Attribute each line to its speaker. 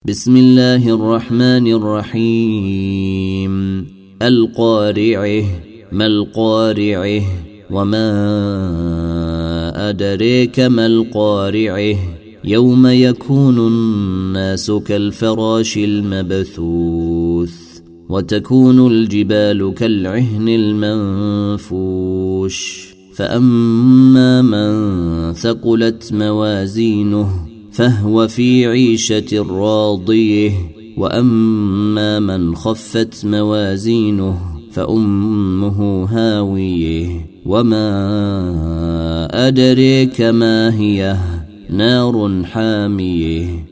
Speaker 1: بسم الله الرحمن الرحيم القارعة ما القارعة وما أدريك ما القارعة يوم يكون الناس كالفراش المبثوث وتكون الجبال كالعهن المنفوش فأما من ثقلت موازينه فهو في عيشة راضية وأما من خفت موازينه فأمه هاوية وما أدريك ما هي نار حامية